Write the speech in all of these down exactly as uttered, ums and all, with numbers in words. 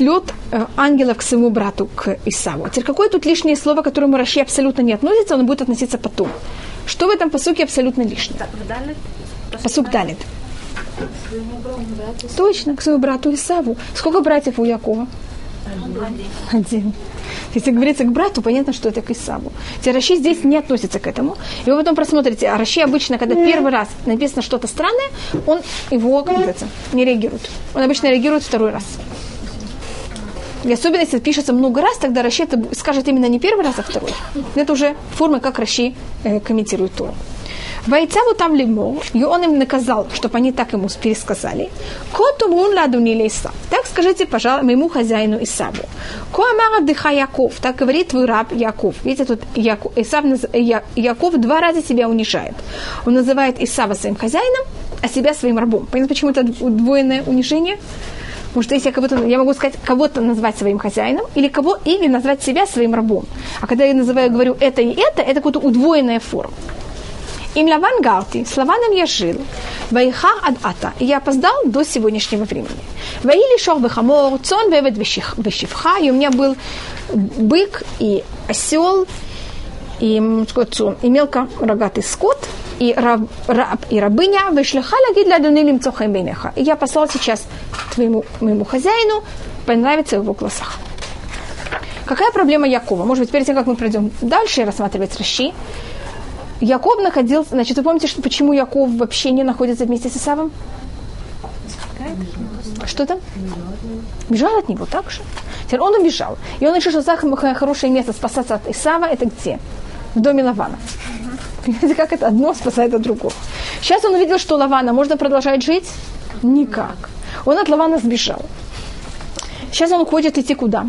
шлет э, ангелов к своему брату, к Исаву. Теперь какое тут лишнее слово, к которому Раши абсолютно не относится, он будет относиться потом. Что в этом пасуке абсолютно лишнее? Пасук далит. Точно, к своему брату Исаву. Сколько братьев у Якова? Один. Один. Если говорится к брату, понятно, что это к Исаву. Теперь Раши здесь не относится к этому. И вы потом просмотрите, а Раши обычно, когда первый раз написано что-то странное, он его, как говорится, не реагирует. Он обычно реагирует второй раз. И особенно, если пишется много раз, тогда Раши это скажет именно не первый раз, а второй. Это уже форма, как Раши э, комментирует Тору. Вайцаву там лимор, и он им наказал, чтобы они так ему пересказали. Котумрун ладуни лейса. Так скажите, пожалуйста, моему хозяину Исаву. Коамара дыха Яков. Так говорит твой раб Яков. Видите, тут Яков, Исав, Я, Яков два раза себя унижает. Он называет Исава своим хозяином, а себя своим рабом. Понятно, почему это удвоенное унижение? Потому что если я, кого-то, я могу сказать, кого-то назвать своим хозяином, или кого, или назвать себя своим рабом. А когда я называю, говорю это и это, это какая-то удвоенная форма. Им Лаван Галти, с Лаваном я жил, Вайхар ад ата, и я опоздал до сегодняшнего времени. Ваили шор бехамор, цон вевед вешивха, и у меня был бык и осел, и, и мелко рогатый скот, и, раб, раб, и рабыня, вышлиха лагид ладунилим цохаем бейнеха. И я послал сейчас твоему моему хозяину понравиться в его глазах. Какая проблема Якова? Может быть, перед тем, как мы пройдем дальше и рассматривать Раши, Яков находился... Значит, вы помните, что, почему Яков вообще не находится вместе с Исавом? Что там? Бежал от него, так же? Теперь он убежал. И он решил, что самое хорошее место спасаться от Исава, это где? В доме Лавана. Понимаете, как это одно спасает от другого. Сейчас он увидел, что Лавана можно продолжать жить? Никак. Он от Лавана сбежал. Сейчас он хочет идти куда?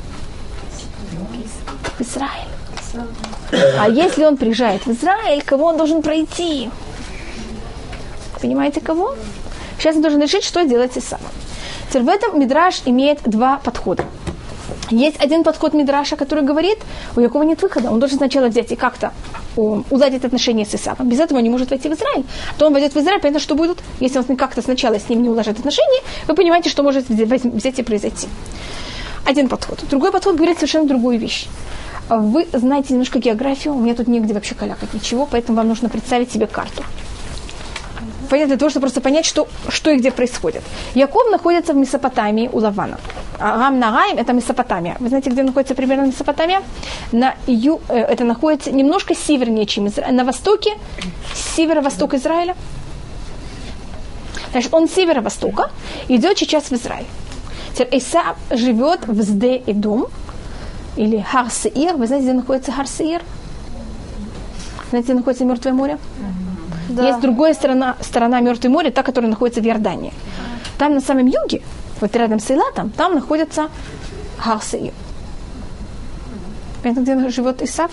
В Израиль. А если он приезжает в Израиль, кого он должен пройти? Понимаете, кого? Сейчас он должен решить, что делать с Исавом. Теперь в этом Мидраш имеет два подхода. Есть один подход Мидраша, который говорит, у Якова нет выхода. Он должен сначала взять и как-то um, уладить отношения с Исавом. Без этого он не может войти в Израиль. То он войдет в Израиль, понятно, что будет. Если он как-то сначала с ним не уложит отношения, вы понимаете, что может взять и произойти. Один подход. Другой подход говорит совершенно другую вещь. Вы знаете немножко географию, у меня тут негде вообще калякать ничего, поэтому вам нужно представить себе карту. Понятно, для того, чтобы просто понять, что, что и где происходит. Яков находится в Месопотамии у Лавана. Рам Нараим – это Месопотамия. Вы знаете, где находится примерно Месопотамия? На ю, э, это находится немножко севернее, чем Израиль. На востоке, северо-восток Израиля. Значит, он с северо-востока идет сейчас в Израиль. Исав живет в Сде-Эдом, или Хар-Сеир. Вы знаете, где находится Хар-Сеир? Знаете, где находится Мертвое море? Да. Есть другая сторона, сторона Мертвого моря, та, которая находится в Иордании. Там на самом юге, вот рядом с Эйлатом, там находится Хар-Сеир. Понятно, где живет Исав?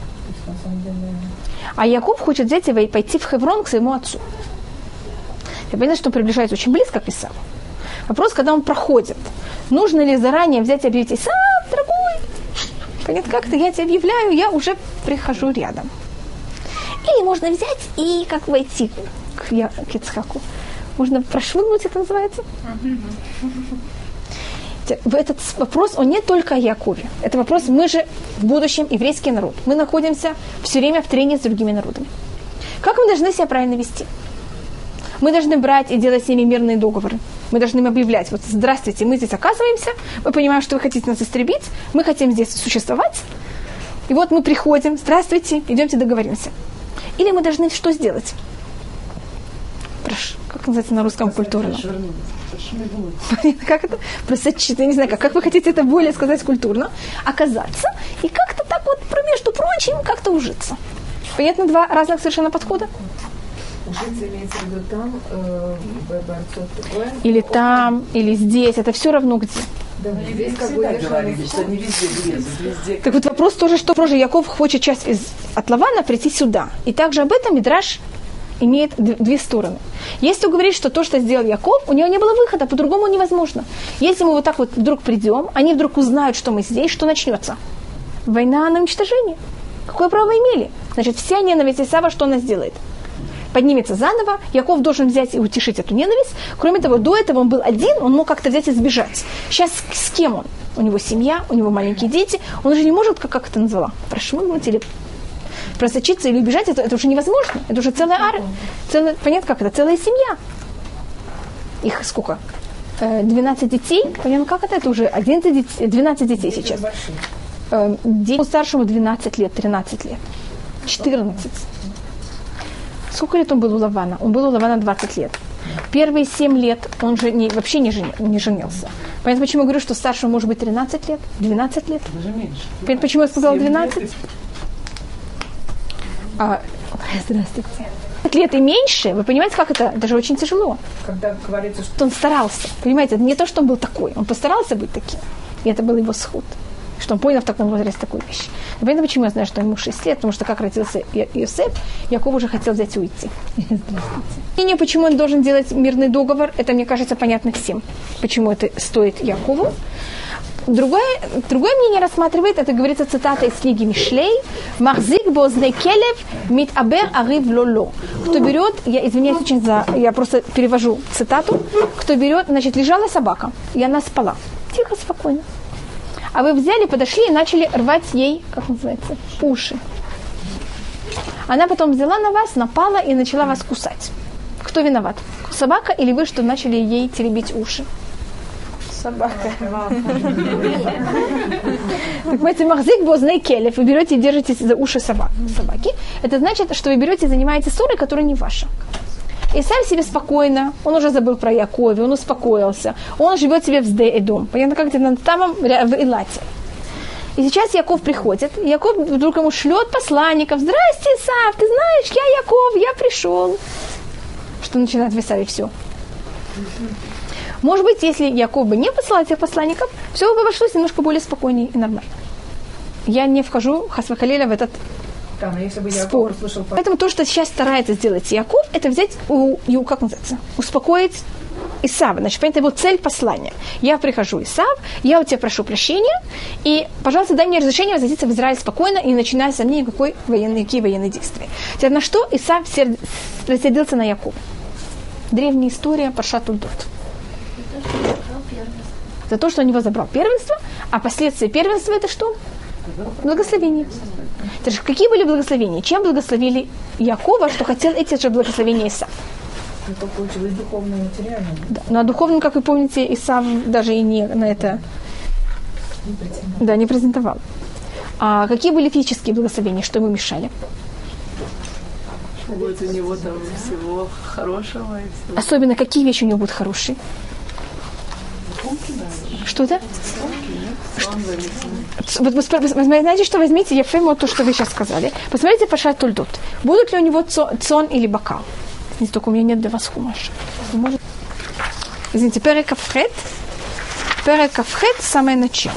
А Яков хочет взять его и пойти в Хеврон к своему отцу. Я понимаю, что он приближается очень близко к Исаву. Вопрос, когда он проходит. Нужно ли заранее взять и объявить: Исав, дорогой, понятно, как-то я тебе объявляю, я уже прихожу рядом. Или можно взять и как войти к, я, к Ицхаку. Можно прошвыгнуть, это называется. Этот вопрос, он не только о Якове. Это вопрос, мы же в будущем еврейский народ. Мы находимся все время в трении с другими народами. Как мы должны себя правильно вести? Мы должны брать и делать с ними мирные договоры. Мы должны им объявлять: вот здравствуйте, мы здесь оказываемся, мы понимаем, что вы хотите нас истребить, мы хотим здесь существовать, и вот мы приходим: здравствуйте, идемте договоримся. Или мы должны что сделать? Прошу, как называется на русском культурно? Как это? Просочиться, я не знаю, как, как вы хотите это более сказать культурно? Оказаться и как-то так вот, между прочим, как-то ужиться. Понятно, два разных совершенно подхода? Ужиться имеется в виду там, э, в или там, или здесь, это все равно где. Да, здесь как бы говорили, что не везде влезут, везде. Так вот вопрос тоже, что тоже Яков хочет часть из, от Лавана прийти сюда. И также об этом Мидраш имеет две стороны. Есть кто говорит, что то, что сделал Яков, у него не было выхода, по-другому невозможно. Если мы вот так вот вдруг придем, они вдруг узнают, что мы здесь, что начнется? Война на уничтожение. Какое право имели? Значит, вся ненависть Исава, что она сделает? поднимется заново, Яков должен взять и утешить эту ненависть. Кроме того, до этого он был один, он мог как-то взять и сбежать. Сейчас с кем он? У него семья, у него маленькие дети. Он уже не может, как, как это назвала, прошмыгнуть или просочиться или убежать. Это, это уже невозможно. Это уже целая армия. Целая, понятно, как это? Целая семья. Их сколько? двенадцать детей. Понятно, как это? Это уже одиннадцать детей, двенадцать детей сейчас. Детей старшему двенадцать лет, тринадцать лет. четырнадцать. Сколько лет он был у Лавана? Он был у Лавана двадцать лет. Первые семь лет он же не, вообще не, жени, не женился. Понятно, почему я говорю, что старшему может быть тринадцать лет, двенадцать лет? Даже меньше. Понятно, почему я сказала двенадцать? А, здравствуйте. Лет и меньше, вы понимаете, как это? Это же очень тяжело. Когда говорится, что он старался. Понимаете, это не то, что он был такой. Он постарался быть таким. И это был его сход. Что он понял в таком возрасте такую вещь. И понятно, почему я знаю, что ему шесть лет, потому что как родился Иосиф, Яков уже хотел взять и уйти. Здравствуйте. И почему он должен делать мирный договор, это, мне кажется, понятно всем. Почему это стоит Якову. Другое, другое мнение рассматривает, это говорится цитата из книги Мишлей, «Махзик бозней келев мит абер арив лоло». Кто берет, я извиняюсь очень за, я просто перевожу цитату, кто берет, значит, лежала собака, и она спала. Тихо, спокойно. А вы взяли, подошли и начали рвать ей, как называется, уши. Она потом взяла на вас, напала и начала вас кусать. Кто виноват? Собака или вы, что начали ей теребить уши? Собака. Так, понимаете, махзик бозней келев. Вы берете и держитесь за уши собак, собаки. Это значит, что вы берете и занимаетесь ссорой, которая не ваша. И сам себе спокойно, он уже забыл про Якове, он успокоился, он живет себе в Сде-Эдом. Понятно, как это там в Илате. И сейчас Яков приходит, и Яков вдруг ему шлет посланников. «Здрасте, Исав, ты знаешь, я Яков, я пришел». Что начинает в Исаве все. Может быть, если Яков бы не послал этих посланников, все бы обошлось немножко более спокойнее и нормально. Я не вхожу, хас вахалиля, в этот да, но если бы спор. Услышал... Поэтому то, что сейчас старается сделать Яков, это взять, у, у, как называется, успокоить Исава. Значит, понятно, его цель послания. Я прихожу, Исав, я у тебя прошу прощения, и, пожалуйста, дай мне разрешение возвратиться в Израиль спокойно и не начиная со мной никакой военные, какие военные действия. Теперь на что Исав рассердился на Якова? Древняя история Паршат Толдот. За то, что он него забрал первенство, а последствия первенства это что? Благословение. Какие были благословения? Чем благословили Якова, что хотел эти же благословения Исав? Это получилось духовное и материальное. Да. Ну а духовным, как вы помните, Исав даже и не на это не презентовал. Да, не презентовал. А какие были физические благословения, что ему мешали? Будет у него там всего хорошего и всего. Особенно какие вещи у него будут хорошие? Что это? Что? Вот вы знаете, что возьмите, я фейму то, что вы сейчас сказали. Посмотрите Паршат Толдот. Будут ли у него цон или бокал? Извините, только у меня нет для вас хумаша. Может... Извините, перек кафхет. Перек кафхет самое начало.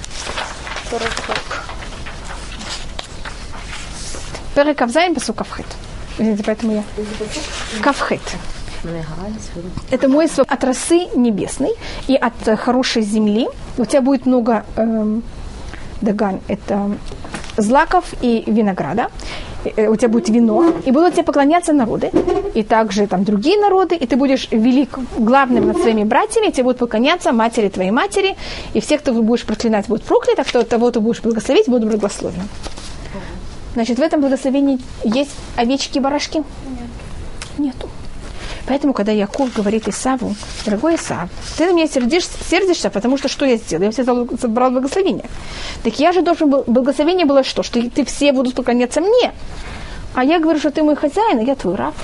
Перек кавзайн пасу кафхет. Извините, поэтому я... Кафхет. Это мой от росы небесной и от э, хорошей земли. У тебя будет много э, даган, это злаков и винограда. Э, у тебя будет вино, и будут тебе поклоняться народы, и также там другие народы, и ты будешь велик, главным над своими братьями, и тебе будут поклоняться матери твоей матери, и все, кто будешь проклинать, будут прокляты, а кто того ты будешь благословить, будут благословены. Значит, в этом благословении есть овечки и барашки? Нет. Нету. Поэтому, когда Яков говорит Исаву: дорогой Исав, ты на меня сердишь, сердишься, потому что что я сделал? Я все забрал благословение. Так я же должен был... Благословение было что? Что ты все будут поклоняться мне. А я говорю, что ты мой хозяин, а я твой раб.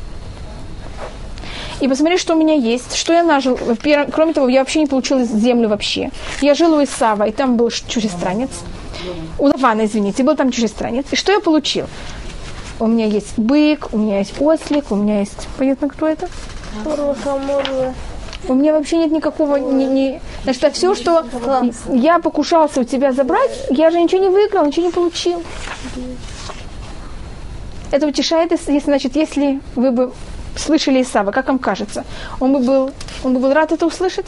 И посмотри, что у меня есть, что я нажил. Кроме того, я вообще не получила землю вообще. Я жил у Исава, и там был чужестранец. У Лавана, извините, был там чужестранец. И что я получил? У меня есть бык, у меня есть ослик, у меня есть... Понятно, кто это? У меня вообще нет никакого... Не, не... Значит, а все, что я покушался у тебя забрать, я же ничего не выиграл, ничего не получил. Это утешает, если, значит, если вы бы слышали Исава, как вам кажется, он бы был, он бы был рад это услышать?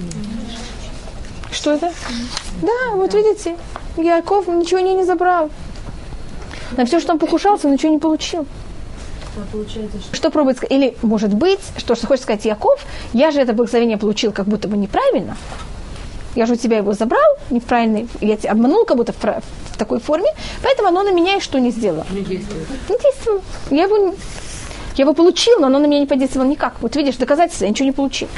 Что это? Да, вот видите, Яков ничего не, не забрал. На все, что он покушался, он ничего не получил. Что... что пробует сказать? Или, может быть, что, что хочет сказать Яков, я же это благословение получил как будто бы неправильно. Я же у тебя его забрал неправильно, я тебя обманул как будто в, в такой форме, поэтому оно на меня и что не сделало? Не действует. Не действует. Я его, я его получил, но оно на меня не подействовало никак. Вот видишь, доказательства, я ничего не получил.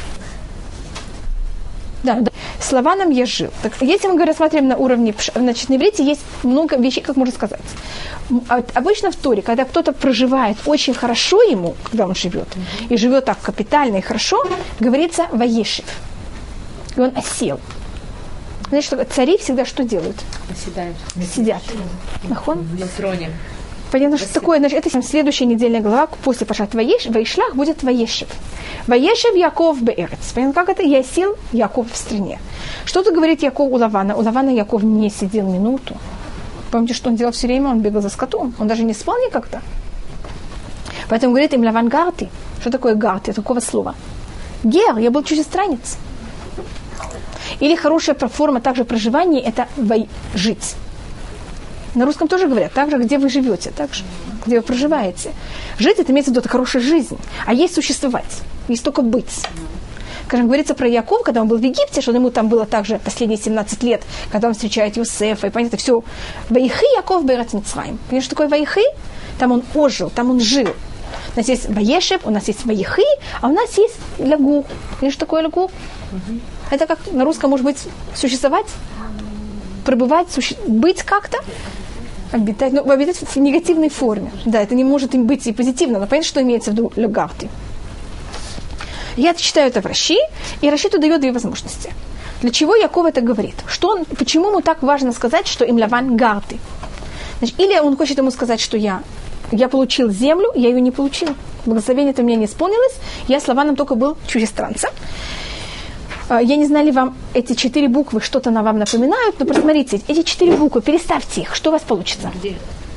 Да, да. Слова нам я жил. Так, если мы рассматриваем на уровне, значит, на иврите есть много вещей, как можно сказать. Обычно в Торе, когда кто-то проживает очень хорошо ему, когда он живет, и живет так капитально и хорошо, говорится «ваешев». И он осел. Значит, цари всегда что делают? Оседают. Сидят. Нахон? На троне. Понятно, что такое. Значит, это следующая недельная глава после Пашат Ваишлах будет Ваешев. Ваешев Яков беэрец. Понятно, как это? Я сел Яков в стране. Что-то говорит Яков у Лавана. У Лавана Яков не сидел минуту. Помните, что он делал все время? Он бегал за скотом. Он даже не спал никогда. Поэтому говорит им Лаван гарти. Что такое гарти? Это какого слова? Гер, я был чужестранец. Или хорошая форма также проживания – это жить. На русском тоже говорят, так же, где вы живете, так же, где вы проживаете. Жить – это имеется в виду, это хорошая жизнь. А есть существовать, есть только быть. Скажем, говорится про Якова, когда он был в Египте, что ему там было также последние семнадцать лет, когда он встречает Юсефа, и понятно, все. Ваихи Яков беэрец Мицраим. Понимаешь, что такое Ваихи? Там он ожил, там он жил. У нас есть Ваешев, у нас есть Ваихи, а у нас есть Лягур. Понимаешь, что такое Лягур? Это как на русском может быть существовать, пребывать, суще... быть как-то, обитать, ну, обитать в негативной форме. Да, это не может им быть и позитивно, но понятно, что имеется в виду легарти. Я читаю это в Раши, и Раши тут дает две возможности. Для чего Яков это говорит? Что он, почему ему так важно сказать, что им Лаван гарти? Значит, или он хочет ему сказать, что я, я получил землю, я ее не получил. Благословение это у меня не исполнилось, я с Лаваном только был чужестранцем. Я не знаю, ли вам эти четыре буквы что-то на вам напоминают, но посмотрите, эти четыре буквы, переставьте их, что у вас получится? Где?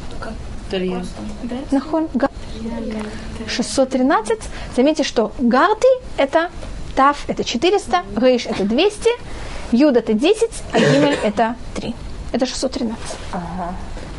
Нахон. шестьсот тринадцать. Заметьте, что гарти – это тав, это четыреста, рейш – это двести, юд – это десять, а гимель – это три. Это шестьсот тринадцать. Ага.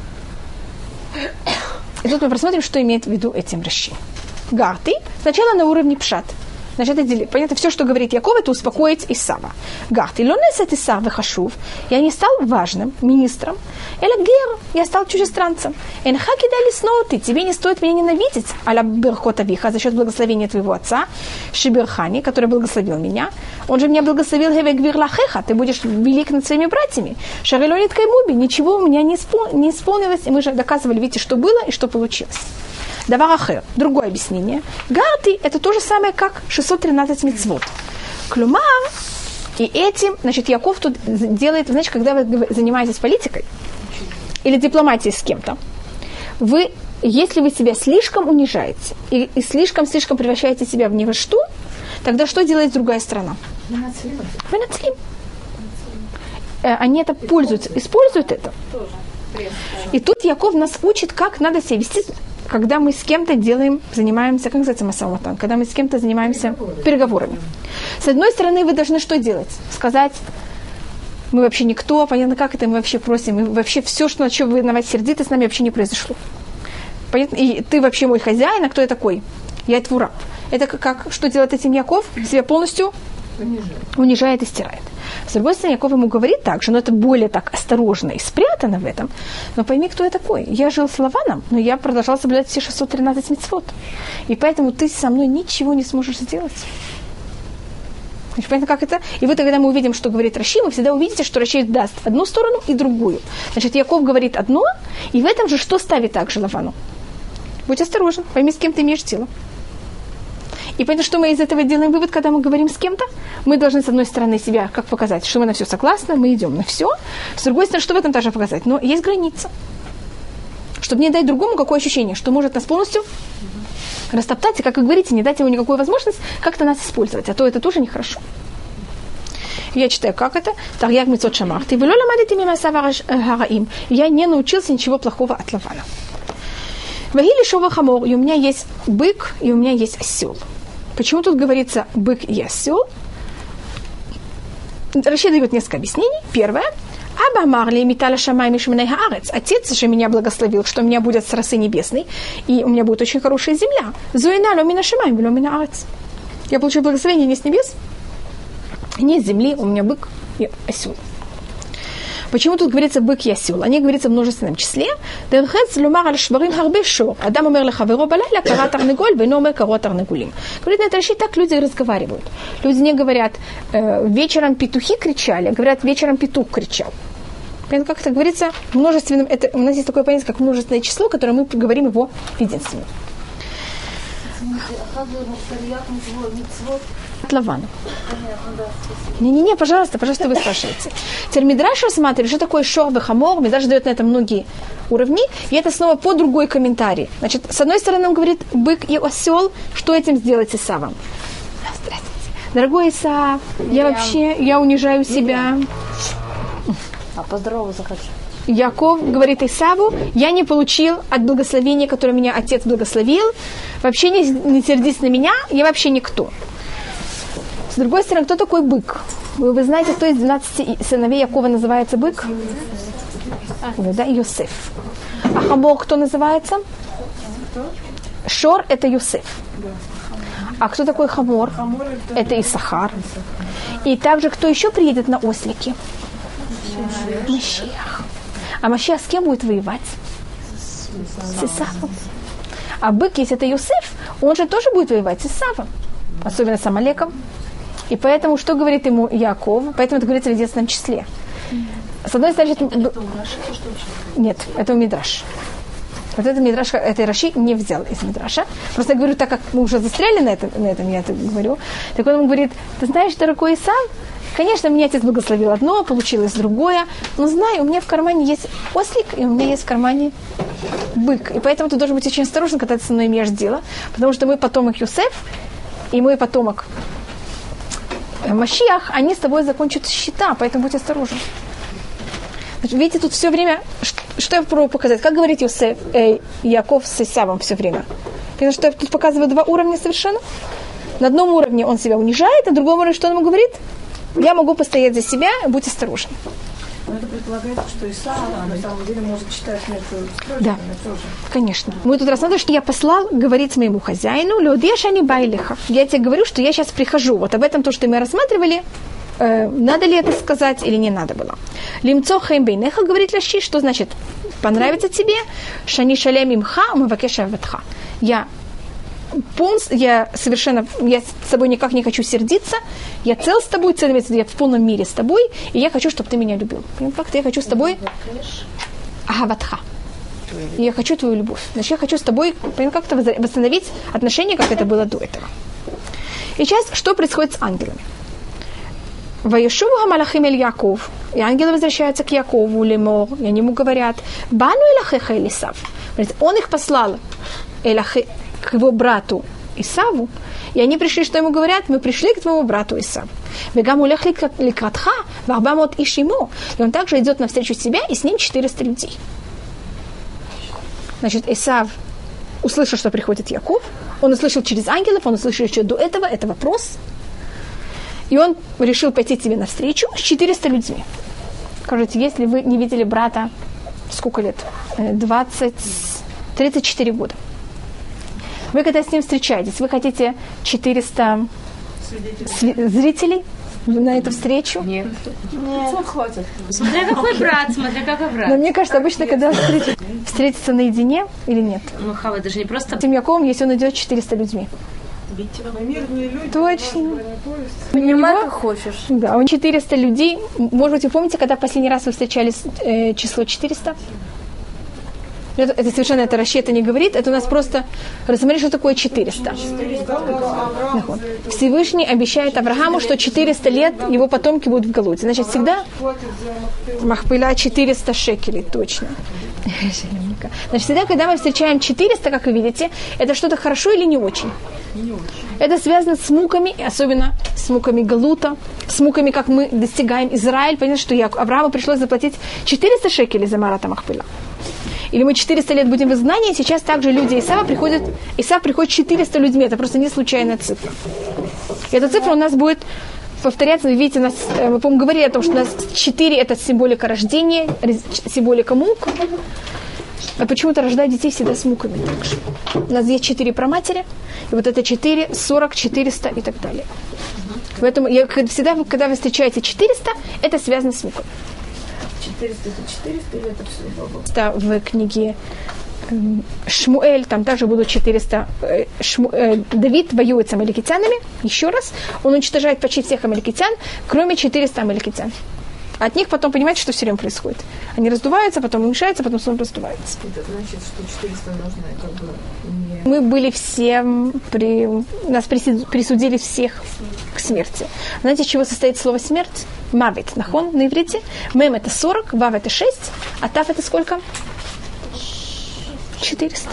И тут мы посмотрим, что имеет в виду этим Раши. Гарти сначала на уровне пшат. Значит, это, понятно, все, что говорит Яков, это успокоить Исава. Гарти, лонес это Исав вехашув. Я не стал важным министром. Эля гер, я стал чужестранцем. Энхаки дали сноуты, тебе не стоит меня ненавидеть. Аля берхота виха, за счет благословения твоего отца, Шиберхани, который благословил меня. Он же меня благословил гевегвир лахеха, ты будешь велик над своими братьями. Шарелонит каймуби, ничего у меня не, испол... не исполнилось, и мы же доказывали, видите, что было и что получилось. Даварахер, другое объяснение. Гарти – это то же самое, как шестьсот тринадцать мицвот. Клюмар, и этим, значит, Яков тут делает, значит, когда вы занимаетесь политикой или дипломатией с кем-то, вы, если вы себя слишком унижаете и, и слишком-слишком превращаете себя в ни во что, тогда что делает другая страна? Вы нацелим. Они это пользуются, используют это. И тут Яков нас учит, как надо себя вести, когда мы с кем-то делаем, занимаемся, как называется масаматан, когда мы с кем-то занимаемся переговорами. переговорами. С одной стороны, вы должны что делать? Сказать, мы вообще никто, понятно, как это мы вообще просим, и вообще все, что, на что вы на вас сердиты, с нами вообще не произошло. Понятно? И ты вообще мой хозяин, а кто я такой? Я твой раб. Это как, как что делает этим Яков? Себя полностью унижает, унижает и стирает. С другой стороны, Яков ему говорит так же, но это более так осторожно и спрятано в этом. Но пойми, кто я такой. Я жил с Лаваном, но я продолжал соблюдать все шестьсот тринадцать мицвот. И поэтому ты со мной ничего не сможешь сделать. Значит, понятно, как это? И вот когда мы увидим, что говорит Раши, вы всегда увидите, что Раши даст одну сторону и другую. Значит, Яков говорит одно, и в этом же что ставит также Лавану? Будь осторожен, пойми, с кем ты имеешь дело. И понятно, что мы из этого делаем вывод, когда мы говорим с кем-то. Мы должны, с одной стороны, себя как показать, что мы на все согласны, мы идем на все. С другой стороны, что в этом тоже показать? Но есть граница. Чтобы не дать другому какое ощущение, что может нас полностью растоптать, и, как вы говорите, не дать ему никакую возможность как-то нас использовать. А то это тоже нехорошо. Я читаю, как это. Я не научился ничего плохого от Лавана. Вагили шова хамор, и у меня есть бык, и у меня есть осел. Почему тут говорится бык и осел? Раши дает несколько объяснений. Первое. Аба марли металла шамай мишминай хаарец. Отец же меня благословил, что у меня будет с росы небесной, и у меня будет очень хорошая земля. Зуина ломина шамай, ломина арец. Я получу благословение не с небес, не с земли, у меня бык и осел. Почему тут говорится бык и осел? Они говорится в множественном числе. Говорит на это речи, так люди разговаривают. Люди не говорят, э, вечером петухи кричали, говорят, вечером петух кричал. Как это говорится, множественным, это, у нас есть такое понятие, как множественное число, которое мы говорим его единственным. Лавану. Не-не-не, пожалуйста, пожалуйста, вы спрашиваете. Теперь Мидраш рассматривает, что такое шор вехамор. Мидраш дает на это многие уровни, и это снова по другой комментарий. Значит, с одной стороны, он говорит, бык и осел, что этим сделать Исавом? Здравствуйте. Дорогой Исав, я вообще, я унижаю себя. А поздороваться хочу. Яков говорит Исаву, я не получил от благословения, которое меня отец благословил. Вообще не, не сердись на меня, я вообще никто. С другой стороны, кто такой бык? Вы, вы знаете, кто из двенадцати сыновей Якова называется бык? Да, Йосеф. А хамор кто называется? Шор – это Йосеф. А кто такой хамор? Это Исахар. И также кто еще приедет на ослике? Машиах. А Машиах с кем будет воевать? С Исавом. А бык, если это Йосеф, он же тоже будет воевать с Исавом. Особенно с Амалеком. И поэтому, что говорит ему Яков? Поэтому это говорится в единственном числе. С одной стороны, это... Нет, это у Мидраш. Вот это Мидраш, это Раши не взял из Мидраша. Просто я говорю, так как мы уже застряли на этом, на этом я это говорю, так он ему говорит, ты знаешь, дорогой Исав, конечно, меня отец благословил одно, получилось другое, но знай, у меня в кармане есть ослик, и у меня есть в кармане бык. И поэтому ты должен быть очень осторожен, когда ты со мной имеешь дело, потому что мы потомок Йосеф, и мой потомок Машиах, они с тобой закончат счета, поэтому будь осторожен. Видите, тут все время, что я пробую показать, как говорит Йосеф, э, Яков с Исавом все время. Потому что я тут показываю два уровня совершенно. На одном уровне он себя унижает, а на другом уровне что он ему говорит? Я могу постоять за себя, будь осторожен. Но это предполагает, что Исав на самом деле может читать между строчками. Да, тоже. конечно. Мы тут рассматриваем, что я послал говорить моему хозяину, «Леодеш они байлиха». Я тебе говорю, что я сейчас прихожу. Вот об этом то, что мы рассматривали, э, надо ли это сказать или не надо было. «Лимцо хэм бейнеха», говорит Раши, что значит «понравится тебе», «шани шалем имха, мавакеша ветха». Я полностью, я совершенно, я с тобой никак не хочу сердиться, я цел с тобой, цел, я в полном мире с тобой, и я хочу, чтобы ты меня любил. Как-то я хочу с тобой агаватха. И я хочу твою любовь. Значит, я хочу с тобой как-то восстановить отношения, как это было до этого. И сейчас, что происходит с ангелами? Ваешуву хамалахим эль Яков. И ангелы возвращаются к Якову, лемор, и они ему говорят, бану элахеха эль Исав. Он их послал элахе к его брату Исаву, и они пришли, что ему говорят, мы пришли к твоему брату Исаву. И он также идет навстречу себя, и с ним четыреста людей. Значит, Исав услышал, что приходит Яков, он услышал через ангелов, он услышал еще до этого, это вопрос, и он решил пойти тебе навстречу с четырьмя людьми. Скажите, если вы не видели брата, сколько лет? двадцать, тридцать четыре года. Вы когда с ним встречаетесь, вы хотите четыреста сви- зрителей на эту встречу? Нет. Нет. Хватит. Смотря какой брат, смотря какой брат. Но мне кажется, обычно, когда встреч... встретиться наедине или нет? Ну, Хава, это же не просто... С Яковом, если он идет четыреста людьми. Мирные люди. Точно. Понимай, как хочешь. Да, он четыреста людей. Может быть, вы помните, когда последний раз вы встречались э, число четыреста? Это, это совершенно это Раши это не говорит, это у нас просто рассмотри, что такое четыреста. Всевышний обещает Аврааму, что четыреста лет его потомки будут в Галуте. Значит, всегда Махпиля четыреста шекелей, точно. Значит, всегда, когда мы встречаем четыреста, как вы видите, это что-то хорошо или не очень? Не очень. Это связано с муками, особенно с муками Галута, с муками, как мы достигаем Израиль. Понятно, что Аврааму пришлось заплатить четыреста шекелей за Марата Махпиля. Или мы четыреста лет будем в изгнании, сейчас также люди Исава приходят, Исав приходит четыреста людьми, это просто не случайная цифра. И эта цифра у нас будет повторяться. Вы видите, у нас, мы, по-моему, говорили о том, что у нас четыре – это символика рождения, символика мук. А почему-то рождают детей всегда с муками также. У нас есть четыре праматери, и вот это четыре, сорок, четыреста и так далее. Поэтому я, всегда, когда вы встречаете четыреста, это связано с мукой. четыреста это четыреста или это все бабок? Да, в книге э, Шмуэль, там также будут четыреста. Э, Шму, э, Давид воюет с амаликитянами, еще раз. Он уничтожает почти всех амаликитян, кроме четырёхсот амаликитян. От них потом понимаете, что все время происходит. Они раздуваются, потом уменьшаются, потом снова раздуваются. Это значит, что четыреста нужно как бы не... Мы были все, при, нас присудили всех к смерти. Знаете, из чего состоит слово смерть? Мавит, нахон на иврите. Мем это сорок, вав это шесть, а тав это сколько? четыреста.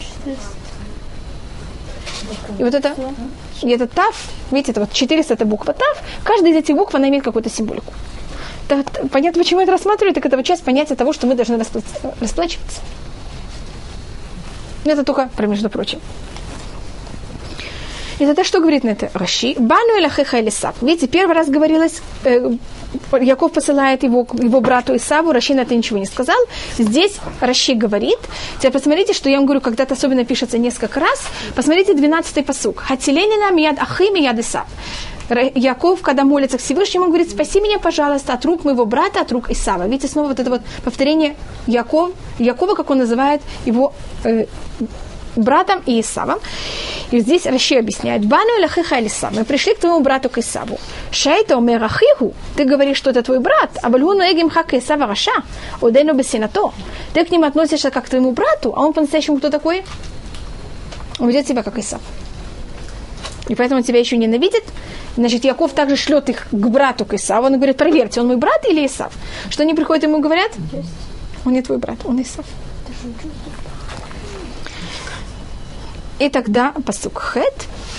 И вот это, и это тав, видите, это вот четыреста это буква тав. Каждая из этих букв, она имеет какую-то символику. Так, понятно, почему я это рассматриваю, так это вот часть понятия того, что мы должны распла- расплачиваться. Но это только про между прочим. И тогда что говорит на это Раши? Бану или хеха или сап. Видите, первый раз говорилось, э, Яков посылает его, его брату Исаву, Раши на это ничего не сказал. Здесь Раши говорит. Теперь посмотрите, что я вам говорю, когда-то особенно пишется несколько раз. Посмотрите двенадцатый пасук. Хатиленина мияд ахи мияд Исав. Яков, когда молится к Всевышнему, он говорит: спаси меня, пожалуйста, от рук моего брата, от рук Исава. Видите, снова вот это вот повторение Яков, Якова, как он называет его э, братом и Исавом. И здесь Раши объясняет: Бану или хеха Исав. Мы пришли к твоему брату к Исаву. Шайта умер ахиху. Ты говоришь, что это твой брат. А бальгуну эгим хак Исава раша. Одену бесинато. Ты к нему относишься как к твоему брату, а он по-настоящему кто такой? Он ведет себя как Исав. И поэтому он тебя еще ненавидит. Значит, Яков также шлет их к брату, к Исаву. Он говорит: проверьте, он мой брат или Исав? Что они приходят ему и говорят? Он не твой брат, он Исав. И тогда пасук хет.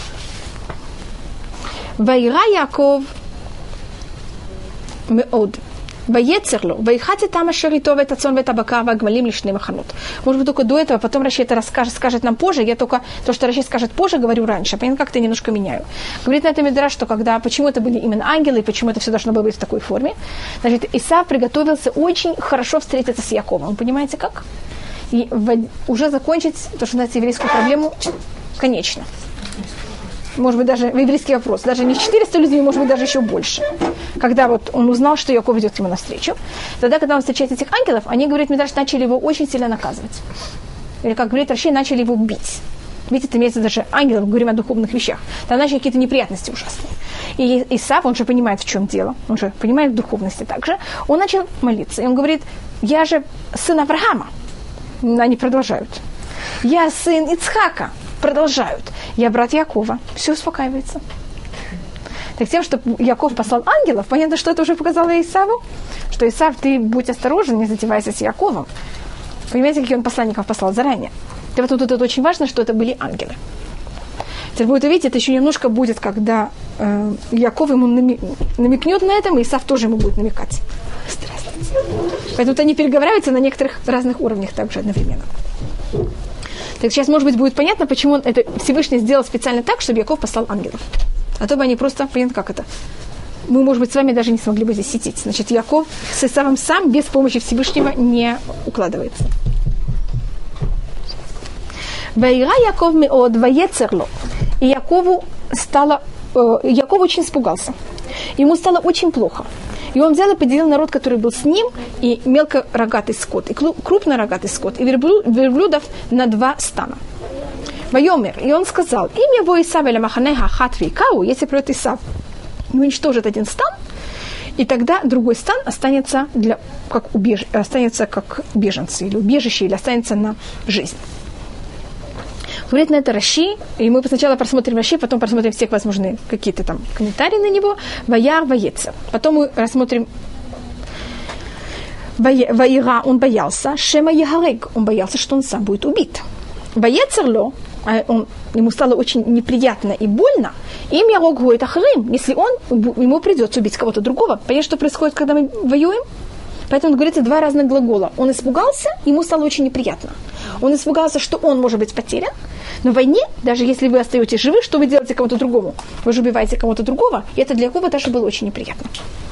Вайра Яков меод. Ваецерло, вайхати там ашеритов это цон это бакар вагмалим лишним маханут. Может быть, только до этого, потом Раши это расскажет, скажет нам позже. Я только то, что Раши скажет позже, говорю раньше. Понятно, как-то немножко меняю. Говорит на этом Мидраш, что когда, почему это были именно ангелы, и почему это все должно было быть в такой форме. Значит, Исав приготовился очень хорошо встретиться с Яковом. Понимаете, как? И в, уже закончить то, что называется еврейскую проблему, конечно. Может быть, даже в еврейский вопрос, даже не четыреста людей, может быть, даже еще больше. Когда вот он узнал, что Яков идет к ему навстречу, тогда, когда он встречает этих ангелов, они, говорят, Мидраш, начали его очень сильно наказывать. Или, как говорит Раши, начали его бить. Видите, это имеется даже ангелов, говорим о духовных вещах. Там начали какие-то неприятности ужасные. И Исав, он же понимает, в чем дело, он же понимает в духовности также, он начал молиться. И он говорит: я же сын Авраама. Они продолжают. Я сын Ицхака. Продолжают. Я брат Якова. Все успокаивается. Так тем, что Яков послал ангелов, понятно, что это уже показало Исаву, что Исав, ты будь осторожен, не затевайся с Яковом. Понимаете, каких он посланников послал заранее? И вот тут это очень важно, что это были ангелы. Теперь будет увидеть, это еще немножко будет, когда э, Яков ему намекнет на этом, и Исав тоже ему будет намекать. Здравствуйте. Поэтому они переговариваются на некоторых разных уровнях также одновременно. Так сейчас, может быть, будет понятно, почему он это Всевышний сделал специально так, чтобы Яков послал ангелов. А то бы они просто, понятно, как это. Мы, может быть, с вами даже не смогли бы здесь сидеть. Значит, Яков с Исавом сам, без помощи Всевышнего, не укладывается. Вайра Яков меод ваецерло. И Якову стало, э, Яков очень испугался. Ему стало очень плохо. И он взял и поделил народ, который был с ним, и мелкорогатый скот, и крупнорогатый скот, и верблюдов на два стана. Вайомер, и он сказал: имя во Исав эля маханеха хат вейкау, если придет Исав, уничтожит один стан, и тогда другой стан останется, для, как, убеж... останется как беженцы, или убежище, или останется на жизнь. Говорит на это Раши, и мы сначала просмотрим Раши, потом просмотрим все возможные какие-то там комментарии на него. Ваяр, ваецер. Потом мы рассмотрим Ваира, он боялся. Шема ягарег, он боялся, что он сам будет убит. Ваецерло, он, ему стало очень неприятно и больно. Им ярог гуэт ахарим, если он, ему придется убить кого-то другого. Понятно, что происходит, когда мы воюем? Поэтому говорится два разных глагола. Он испугался, ему стало очень неприятно. Он испугался, что он может быть потерян. Но в войне, даже если вы остаетесь живы, что вы делаете кому-то другому? Вы же убиваете кого-то другого, и это для Якова даже было очень неприятно.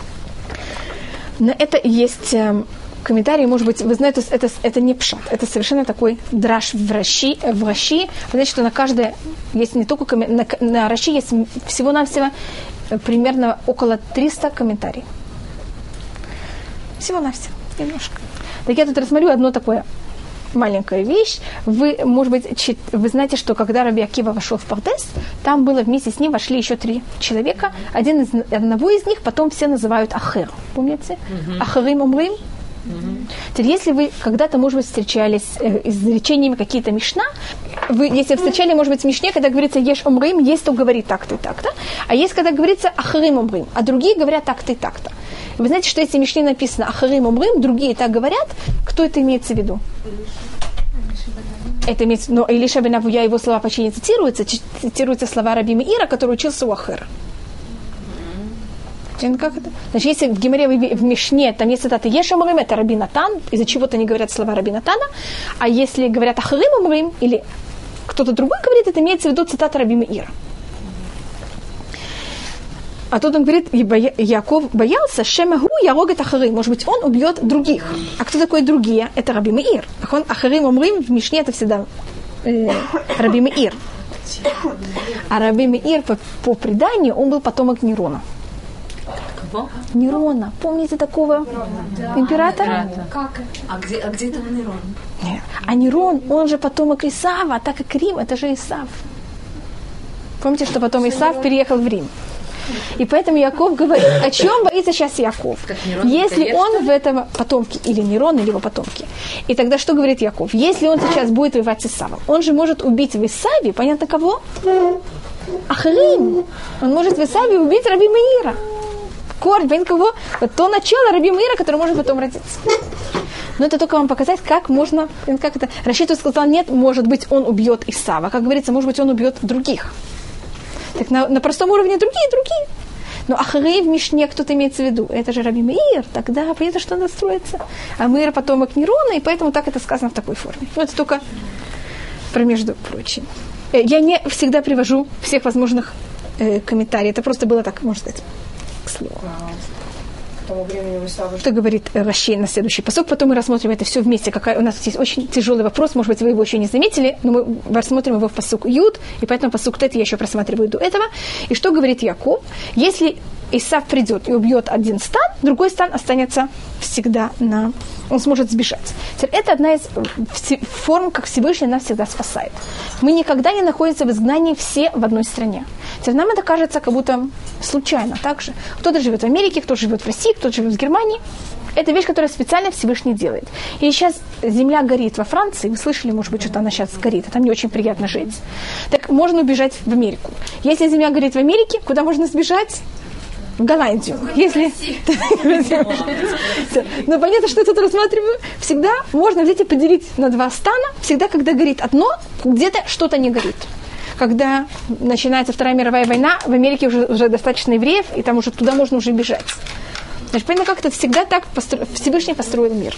Но это есть э, комментарий, может быть, вы знаете, это, это не пшат, это совершенно такой драж в Раши. В Раши. Вы знаете, что на каждое, есть не только на, на Раши есть всего-навсего примерно около триста комментариев. Всего-навсего, немножко. Так я тут рассмотрю одно такое маленькая вещь. Вы, может быть, вы знаете, что когда Раби Акива вошел в Пардес, там было вместе с ним вошли еще три человека. Один из, одного из них потом все называют Ахер. Помните? Mm-hmm. Ахерим Умрим. Mm-hmm. Теперь, если вы когда-то, может быть, встречались э, изречениями какие-то мишна, вы, если встречали, может быть, в мишне, когда говорится «еш умрим», есть, то говорит так-то и так-то, а есть, когда говорится «ахерим умрим», а другие говорят так-то и так-то. Вы знаете, что если в мишне написано «ахерим умрим», другие так говорят, кто это имеется в виду? Это имеется, но Илиша бен Авуя, его слова почти не цитируются, цитируются слова Раби Меира, который учился у Ахера. Как это? Значит, если в Гемаре, в Мишне, там есть цитата «Еш умрим», это Раби Натан, из-за чего-то не говорят слова Раби Натана, а если говорят «ахерим умрим», или кто-то другой говорит, это имеется в виду цитата Раби Меира. А тут он говорит, Яков боялся, шемагу ярогет ахарим. Может быть, он убьет других. А кто такой другие? Это Раби Меир. Он ахарим умрим, в Мишне это всегда э, Раби Меир. А Раби Меир, по, по преданию, он был потомок Нерона. Кого? Нерона. Помните такого да. императора? Как? А где, а где там Нерон? Нет. А Нерон, он же потомок Исава, а так как Рим, это же Исав. Помните, что потом Исав переехал в Рим? И поэтому Яков говорит, о чем боится сейчас Яков? Если он в этом потомке, или Нерон, или его потомки. И тогда что говорит Яков? Если он сейчас будет воевать с Исавом, он же может убить в Исаве, понятно кого? Ахрим. Он может в Исаве убить Раби Меира. Корень, понятно кого? Вот то начало Раби Меира, которое может потом родиться. Но это только вам показать, как можно, как это. Рашид сказал, нет, может быть, он убьет Исава. Как говорится, может быть, он убьет других. Так на, на простом уровне другие, другие. Но Ахарей в Мишне кто-то имеется в виду. Это же Раби Меир, тогда понятно, что надо строиться. А Меир потомок Нерона, и поэтому так это сказано в такой форме. Ну, это только про между прочим. Я не всегда привожу всех возможных э, комментариев. Это просто было так, можно сказать, к слову. Что говорит Раши на следующий посок. Потом мы рассмотрим это все вместе. Какая, у нас есть очень тяжелый вопрос. Может быть, вы его еще не заметили, но мы рассмотрим его в посок Юд, и поэтому посок Тет я еще просматриваю до этого. И что говорит Яков? Если Исав придет и убьет один стан, другой стан останется всегда на... Он сможет сбежать. Это одна из форм, как Всевышний нас всегда спасает. Мы никогда не находимся в изгнании все в одной стране. Теперь нам это кажется как будто случайно. Так же. Кто-то живет в Америке, кто-то живет в России, кто-то живет в Германии. Это вещь, которую специально Всевышний делает. И сейчас земля горит во Франции. Вы слышали, может быть, что-то она сейчас горит. А там не очень приятно жить. Так можно убежать в Америку. Если земля горит в Америке, куда можно сбежать? В Голландию. Если... Но понятно, что я тут рассматриваю. Всегда можно взять и поделить на два стана. Всегда, когда горит одно, где-то что-то не горит. Когда начинается Вторая мировая война, в Америке уже, уже достаточно евреев, и там уже туда можно уже бежать. Значит, понятно, как это всегда так постро... Всевышний построил мир.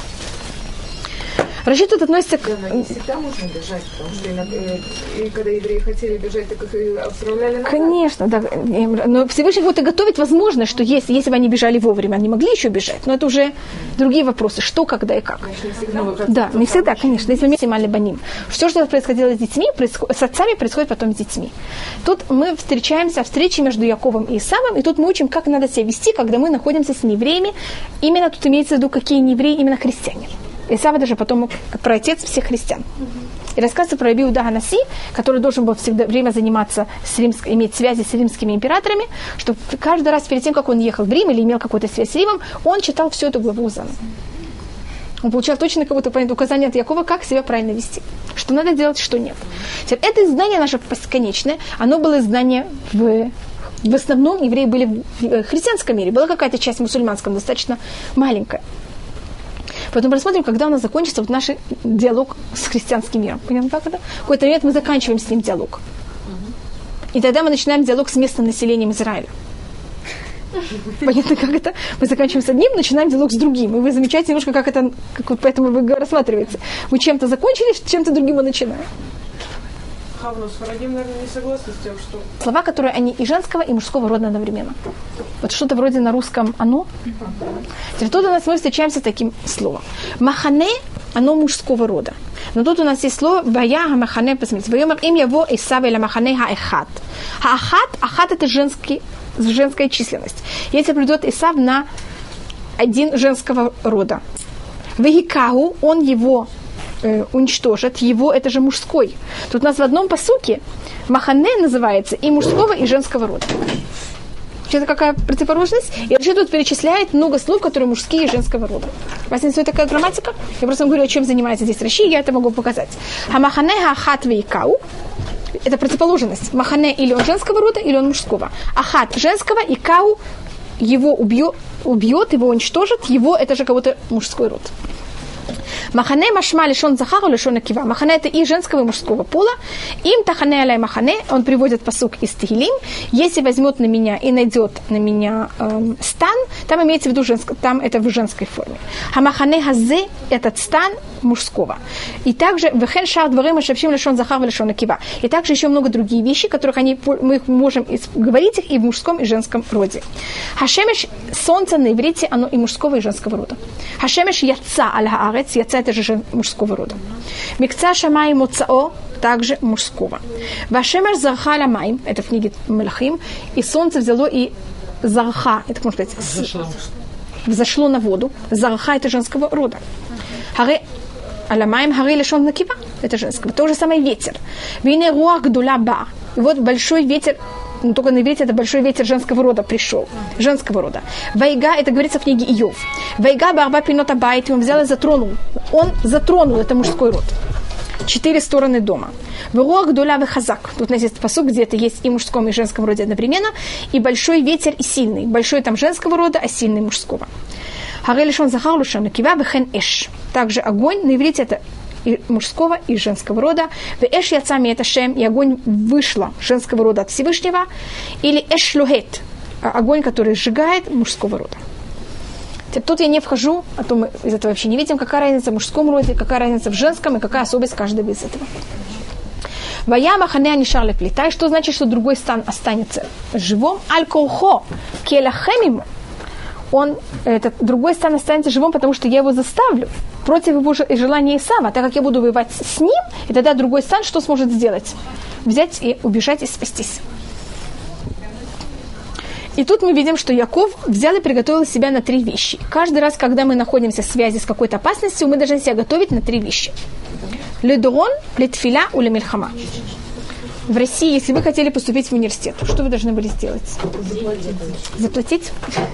Раши тут относится к... Да, но не всегда можно бежать, потому что и, и когда евреи хотели бежать, так их и отправляли назад. Конечно, да. Но Всевышний вот и готовить возможность, что если, если бы они бежали вовремя, они могли еще бежать. Но это уже другие вопросы. Что, когда и как. Значит, не всегда можно... Да, не всегда, конечно. Если мы максимально баним. Все, что происходило с детьми, происход... с отцами, происходит потом с детьми. Тут мы встречаемся, встречи между Яковом и Исавом, и тут мы учим, как надо себя вести, когда мы находимся с неевреями. Именно тут имеется в виду, какие неевреи, именно христиане. Исав даже потом праотец всех христиан. И рассказывается про Раби Иуда ха-Наси, который должен был всегда время заниматься, с римск... иметь связи с римскими императорами, что каждый раз перед тем, как он ехал в Рим или имел какую-то связь с Римом, он читал всю эту главу заново. Он получал точно какое-то указание от Якова, как себя правильно вести, что надо делать, что нет. Теперь это изгнание наше бесконечное, оно было изгнание в... В основном евреи были в христианском мире. Была какая-то часть в мусульманском, достаточно маленькая. Потом посмотрим, когда у нас закончится вот наш диалог с христианским миром. Понятно, как это? В какой-то момент мы заканчиваем с ним диалог. И тогда мы начинаем диалог с местным населением Израиля. Понятно, как это? Мы заканчиваем с одним, начинаем диалог с другим. И вы замечаете немножко, как это, как вот поэтому вы рассматриваете. Мы чем-то закончили, чем-то другим мы начинаем. Хавну с Фарадим, наверное, не согласны с тем, что... Слова, которые они и женского, и мужского рода одновременно. Вот что-то вроде на русском «оно». Теперь тут у нас мы встречаемся с таким словом. Махане, оно мужского рода. Но тут у нас есть слово «вая махане», посмотрите. «Вайомар им яво Исав эля махане ха-эхат». Ха-ахат, ахат – это женский, женская численность. Если придет Исав на один женского рода. «Вегикаху», он его э, уничтожит, его это же мужской. Тут у нас в одном пасуке махане называется и мужского, и женского рода. Это какая противоположность? И вообще тут перечисляет много слов, которые мужские и женского рода. Вас интересует такая грамматика? Я просто говорю, о чем занимается здесь Раши, я это могу показать. Хамахане хахат вейкау. Это противоположность. Махане или он женского рода, или он мужского. Ахат женского, и кау его убьет, убьет, его уничтожит, его это же кого-то мужской род. Махане машма лишон захару лишон акива. Махане это и женского, и мужского пола. Им тахане аляй махане. Он приводит пасук из Тегилим. Если возьмет на меня и найдет на меня эм, стан, там имеется в виду женск... там это в женской форме. Хамахане хазе этот стан мужского. И также вехен шар дворим шапшим лишон захару лишон акива. И также еще много других вещей, которых они, мы можем говорить их и в мужском, и женском роде. Хашемеш солнце на иврите, оно и мужского, и женского рода. Хашемеш яца аль-хаарец, яца это же мужского рода. Микца шамай моцао, также мужского. Вашемеш зарха ламайм, это в книге Мелахим, и солнце взяло и зарха, это можно сказать, взошло, взошло на воду. Зарха это женского рода. Харе аламайм харе лешон накива, это женского. То же самое ветер. Вине руах гдула ба. И вот большой ветер, но только на иврите это большой ветер женского рода пришел. Женского рода. Вайга, это говорится в книге Иов. Вайга барба пинота байт, он взял и затронул. Он затронул, это мужской род. Четыре стороны дома. Вруах дуля вехазак. Тут у нас есть пасук, где это есть и в мужском, и в женском роде одновременно. И большой ветер, и сильный. Большой там женского рода, а сильный мужского. Харелишон захар лушан кива вехен эш. Также огонь, на иврите это и мужского, и женского рода. Эш яцами это шем, и огонь вышло женского рода от Всевышнего. Или эш лухет, огонь, который сжигает мужского рода. Тут я не вхожу, а то мы из этого вообще не видим, какая разница в мужском роде, какая разница в женском, и какая особенность каждого из этого. Вая махане анишар плита. И что значит, что другой стан останется живым? Аль-колхо келахемиму. Он, этот другой стан останется живым, потому что я его заставлю против его желания Исава, так как я буду воевать с ним, и тогда другой стан что сможет сделать? Взять и убежать и спастись. И тут мы видим, что Яков взял и приготовил себя на три вещи. Каждый раз, когда мы находимся в связи с какой-то опасностью, мы должны себя готовить на три вещи. Ледорон, летфиля, улемельхама. В России, если вы хотели поступить в университет, что вы должны были сделать? Заплатить?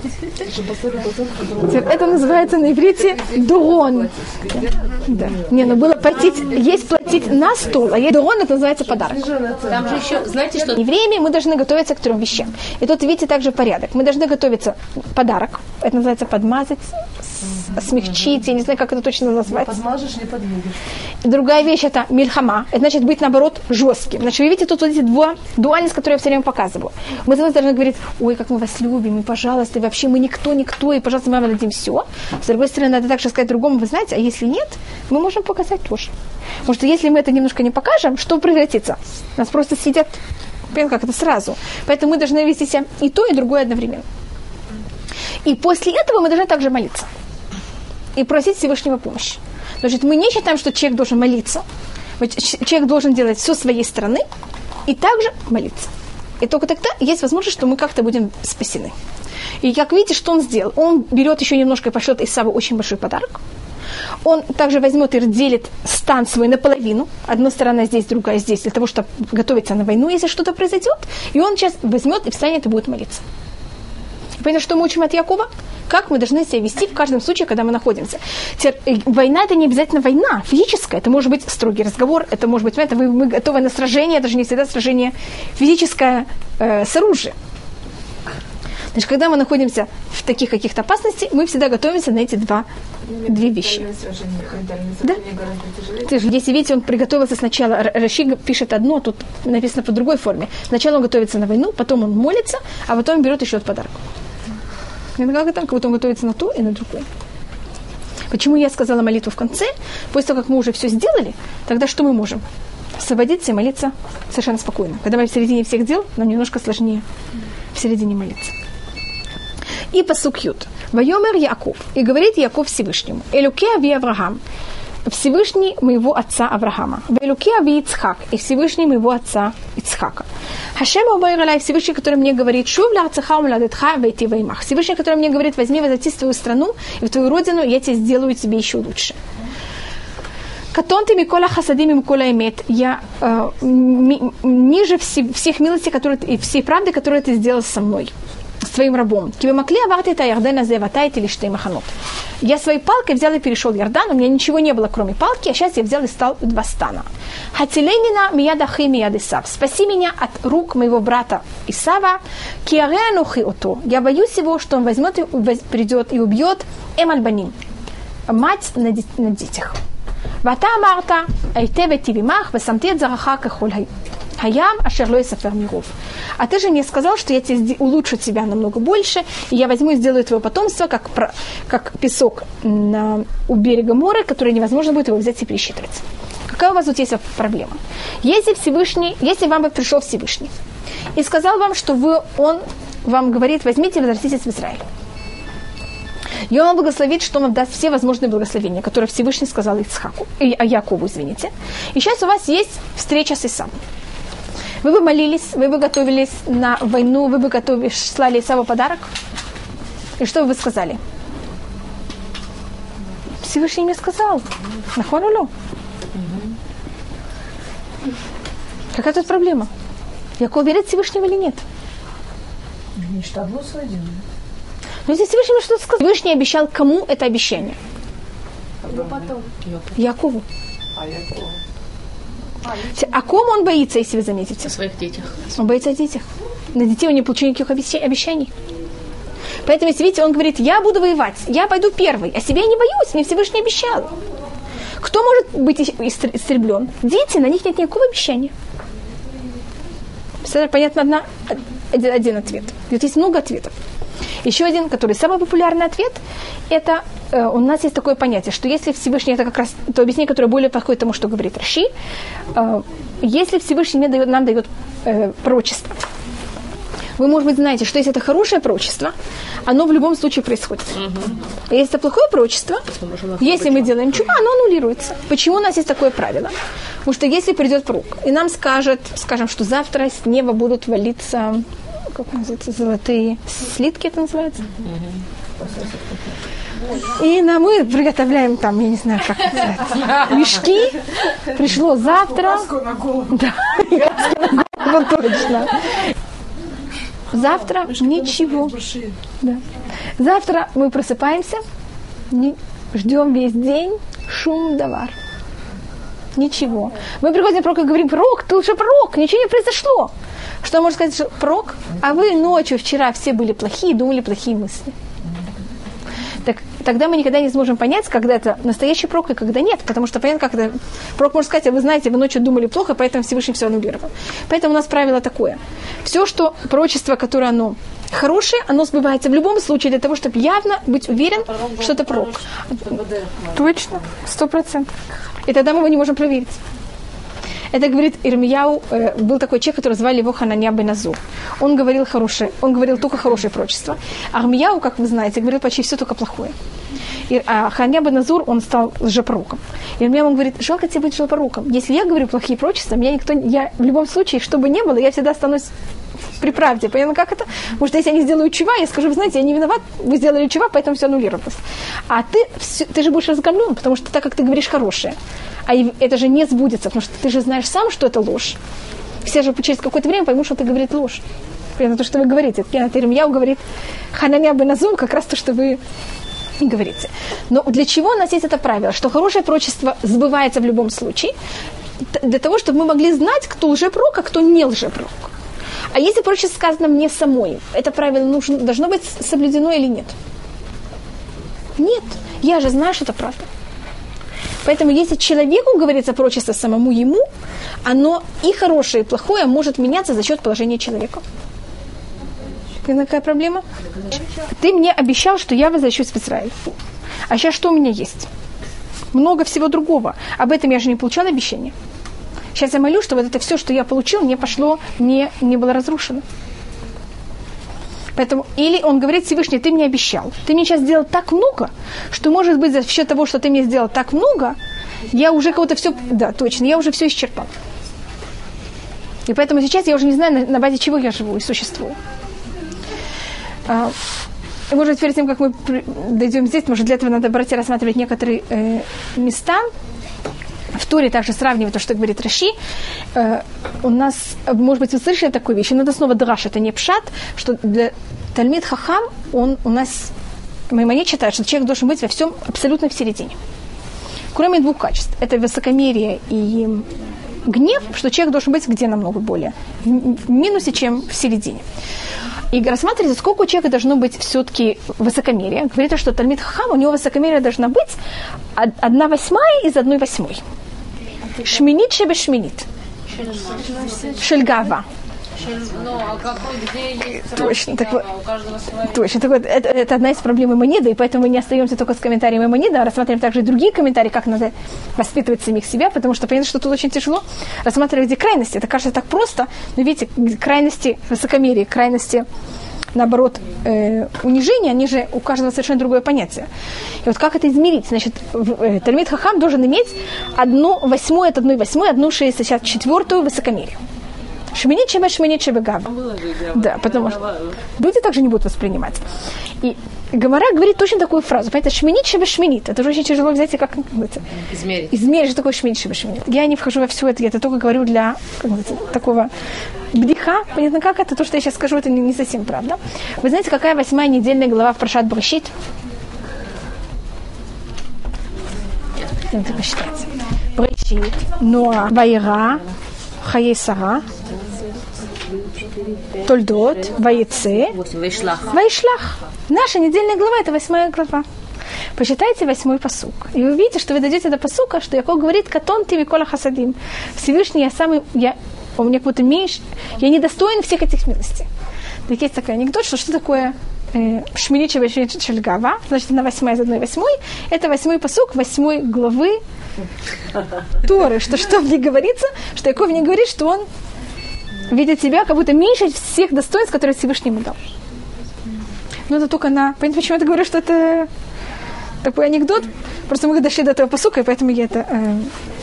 Это называется на иврите дурон. Да. Не, ну было платить, есть платить на стол, а есть дурон, это называется подарок. Там же еще, знаете, что... В евреи мы должны готовиться к трем вещам. И тут, видите, также порядок. Мы должны готовиться подарок, это называется подмазать, смягчить, я не знаю, как это точно назвать. Подмажешь, не подвигешь. Другая вещь это мильхама, это значит быть, наоборот, жестким. Значит, вы видите, тут вот эти два дуальность, которые я все время показываю. Мы должны говорить, ой, как мы вас любим, и, пожалуйста, и вообще мы никто, никто, и, пожалуйста, мы вам дадим все. С другой стороны, надо также сказать другому, вы знаете, а если нет, мы можем показать тоже. Потому что если мы это немножко не покажем, что превратится? Нас просто съедят, как это сразу. Поэтому мы должны вести себя и то, и другое одновременно. И после этого мы должны также молиться. И просить Всевышнего помощи. Значит, мы не считаем, что человек должен молиться. Человек должен делать все с своей стороны и также молиться. И только тогда есть возможность, что мы как-то будем спасены. И как видите, что он сделал? Он берет еще немножко и пошлет Исаву очень большой подарок. Он также возьмет и разделит стан свой наполовину. Одна сторона здесь, другая здесь, для того, чтобы готовиться на войну, если что-то произойдет. И он сейчас возьмет и встанет и будет молиться. Понятно, что мы учим от Якова? Как мы должны себя вести в каждом случае, когда мы находимся. Теперь, война – это не обязательно война физическая. Это может быть строгий разговор, это может быть, понимаете, вы, мы готовы на сражение, это же не всегда сражение физическое э, с оружием. Значит, когда мы находимся в таких каких-то опасностях, мы всегда готовимся на эти два, две вещи. Да? Ты же, если видите, он приготовился сначала, Раши пишет одно, тут написано по другой форме. Сначала он готовится на войну, потом он молится, а потом берет еще подарок. Это как это? Как будто он готовится на то и на другое. Почему я сказала молитву в конце? После того, как мы уже все сделали, тогда что мы можем? освободиться и молиться совершенно спокойно. Когда мы в середине всех дел, нам немножко сложнее в середине молиться. И пасук Ют. Вайомер Яков. И говорит Яков Всевышнему. Элюке ави Авраам. Всевышний моего отца Авраама. Элюке ави Ицхак. И Всевышний моего отца Ицхака. Хашем обоир алай, Всевышний, который мне говорит, шув ля ацаха умладетха вейти ваймах. Всевышний, который мне говорит, возьми, возвратись в твою страну и в твою родину, я тебе сделаю тебе еще лучше. Катонты микола хасадим и микола эмет. Я э, ми, ниже все, всех милостей, которые и всей правды, которые ты сделал со мной, с твоим рабом. Я своей палкой взял и перешел Иордан, у меня ничего не было, кроме палки, а сейчас я взял и стал два стана. Спаси меня от рук моего брата Исава, я боюсь его, что он возьмет и придет и убьет Эмальбаним, мать на детях. ואתה אמרת, היטב היטיב עמך, ושמתי את זרעך ככל הים, אשר לא יספר מרוב. А ты же мне сказал, что я тебе улучшу тебя намного больше, и я возьму и сделаю твое потомство, как, как песок на, у берега моря, который невозможно будет его взять и пересчитывать. Какая у вас тут есть проблема? Если Всевышний, если вам бы пришел Всевышний и сказал вам, что вы, он вам говорит, возьмите и возвратитесь в Израиль. И он благословит, что он вам даст все возможные благословения, которые Всевышний сказал Ицхаку, и, а Якову, извините. И сейчас у вас есть встреча с Исавом. Вы бы молились, вы бы готовились на войну, вы бы готовили, слали Исаву подарок. И что бы вы сказали? Всевышний мне сказал. Нахуарулю. Какая тут проблема? Яков верит Всевышнего или нет? Не штабло сводил. Но здесь Всевышний что-то сказал. Всевышний обещал кому это обещание? Ну, потом. Якову. А Якову? А кому он боится, если вы заметите? О своих детях. Он боится о детях. На детей он не получил никаких обещаний. Поэтому, если видите, он говорит, я буду воевать, я пойду первый, а себя я не боюсь, мне Всевышний обещал. Кто может быть истреблен? Дети, на них нет никакого обещания. Понятно, одна, один, один ответ. Тут есть много ответов. Еще один, который самый популярный ответ, это э, у нас есть такое понятие, что если Всевышний, это как раз то объяснение, которое более подходит тому, что говорит Раши, э, если Всевышний мне дает, нам дает э, пророчество, вы, может быть, знаете, что если это хорошее пророчество, оно в любом случае происходит. Uh-huh. А если это плохое пророчество, если мы делаем чува, оно аннулируется. Почему у нас есть такое правило? Потому что если придет пророк и нам скажет, скажем, что завтра с неба будут валиться, как называется, золотые слитки, это называется? Uh-huh. И нам мы приготовляем там, я не знаю, как называется, мешки. Пришло завтра. Да, вот точно. Завтра ничего. Да. Завтра мы просыпаемся, не, ждем весь день, шум давар. Ничего. Мы приходим к пророку и говорим, пророк, ты уже пророк, ничего не произошло. Что можно сказать, что пророк, а вы ночью вчера все были плохие, думали плохие мысли. Так, тогда мы никогда не сможем понять, когда это настоящий пророк и когда нет. Потому что понятно, как это... Пророк может сказать, а вы знаете, вы ночью думали плохо, поэтому Всевышний все аннулировал. Поэтому у нас правило такое. Все, что пророчество, которое оно хорошее, оно сбывается в любом случае для того, чтобы явно быть уверен, что это пророк. Точно, сто процентов. И тогда мы его не можем проверить. Это говорит Ирмияу, э, был такой человек, который звали его Хананя бен Азур. Он говорил хорошее, он говорил только хорошее пророчество. А Ирмияу, как вы знаете, говорил почти все только плохое. И, а Хананя бен Азур, он стал лжепророком. И Ирмияу, он говорит, жалко тебе быть лжепророком. Если я говорю плохие пророчества, меня никто, я в любом случае, что бы ни было, я всегда останусь при правде. Понятно, как это? Потому что если я не сделаю чува, я скажу, вы знаете, я не виноват, вы сделали чува, поэтому все аннулировалось. А ты, все, ты же будешь разгромлен, потому что так, как ты говоришь хорошее. А это же не сбудется, потому что ты же знаешь сам, что это ложь. Все же через какое-то время поймут, что ты говорит ложь. Это то, что вы говорите. Ирмияу говорит, Хананя бен Азур, как раз то, что вы говорите. Но для чего у нас есть это правило? Что хорошее пророчество сбывается в любом случае. Для того, чтобы мы могли знать, кто лжепророк, а кто не лжепророк. А если пророчество сказано мне самой, это правило нужно, должно быть соблюдено или нет? Нет. Я же знаю, что это правда. Поэтому если человеку говорится пророчество самому ему, оно и хорошее, и плохое может меняться за счет положения человека. Какая проблема? Ты мне обещал, что я возвращусь в Израиль. А сейчас что у меня есть? Много всего другого. Об этом я же не получала обещания. Сейчас я молюсь, чтобы вот это все, что я получил, не пошло, не, не было разрушено. Поэтому, или он говорит: Всевышний, ты мне обещал. Ты мне сейчас сделал так много, что, может быть, за счет того, что ты мне сделал так много, я уже кого-то все... Да, точно, я уже все исчерпал. И поэтому сейчас я уже не знаю, на, на базе чего я живу и существую. А, и, может быть, перед тем, как мы дойдем здесь, может, для этого надо брать и рассматривать некоторые э, места. В Торе также сравнивать то, что говорит Раши. Э, у нас, может быть, вы слышали такую вещь, но это снова драш, это не пшат, что для Талмид Хахам, он у нас, Маймонид считает, что человек должен быть во всем абсолютно в середине. Кроме двух качеств. Это высокомерие и гнев, что человек должен быть где намного более в минусе, чем в середине. И рассматривайте, сколько у человека должно быть все-таки высокомерия. Говорится, что Талмид Хахам, у него высокомерие должна быть одна восьмая из одной восьмой. Шминит шебе шминит. Шельгава. Ну, а какой, где есть точно, так вот, у каждого своя? Точно, так вот, это, это одна из проблем Маймонида, и поэтому мы не остаемся только с комментариями Маймонида, а рассматриваем также и другие комментарии, как надо воспитывать самих себя, потому что понятно, что тут очень тяжело рассматривать где крайности. Это кажется так просто, но видите, крайности высокомерия, крайности, наоборот, э, унижения, они же у каждого совершенно другое понятие. И вот как это измерить? Значит, э, Талмид Хахам должен иметь одну восьмую от одной восьмой, одну шестьдесят четвертую высокомерие. Шминит шебе шминит шебе гав. Да, потому что люди также не будут воспринимать. И Гемара говорит точно такую фразу. Понимаете, шминит шебе шминит. Это же очень тяжело взять и как это, измерить. Измерить, что такое шминит шебе шминит. Я не вхожу во все это, я это только говорю для как это, такого бдиха. Понятно, как это? То, что я сейчас скажу, это не, не совсем правда. Вы знаете, какая восьмая недельная глава в Паршат Брешит? Это посчитайте. Брешит, Ноа, Вайра, Хаей Сара, Тольдот, Ваице, Вайшлах. Вайшлах. Наша недельная глава – это восьмая глава. Почитайте восьмой пасук. И вы увидите, что вы дойдете до пасука, что Яков говорит: «Катон ты микола хасадим». Всевышний, я самый, я, у меня как будто меньше, я недостоин всех этих милостей. Так есть такой анекдот, что что такое Шминит шебе шминит шельгава, значит, она восьмая из одной восьмой. Это восьмой пасук восьмой главы Торы. Что, что в ней говорится? Что Яков не говорит, что он видит себя как будто меньше всех достоинств, которые Всевышний ему дал. Но это только на... Понятно, почему я это говорю, что это такой анекдот? Просто мы дошли до этого пасука, и поэтому я это э,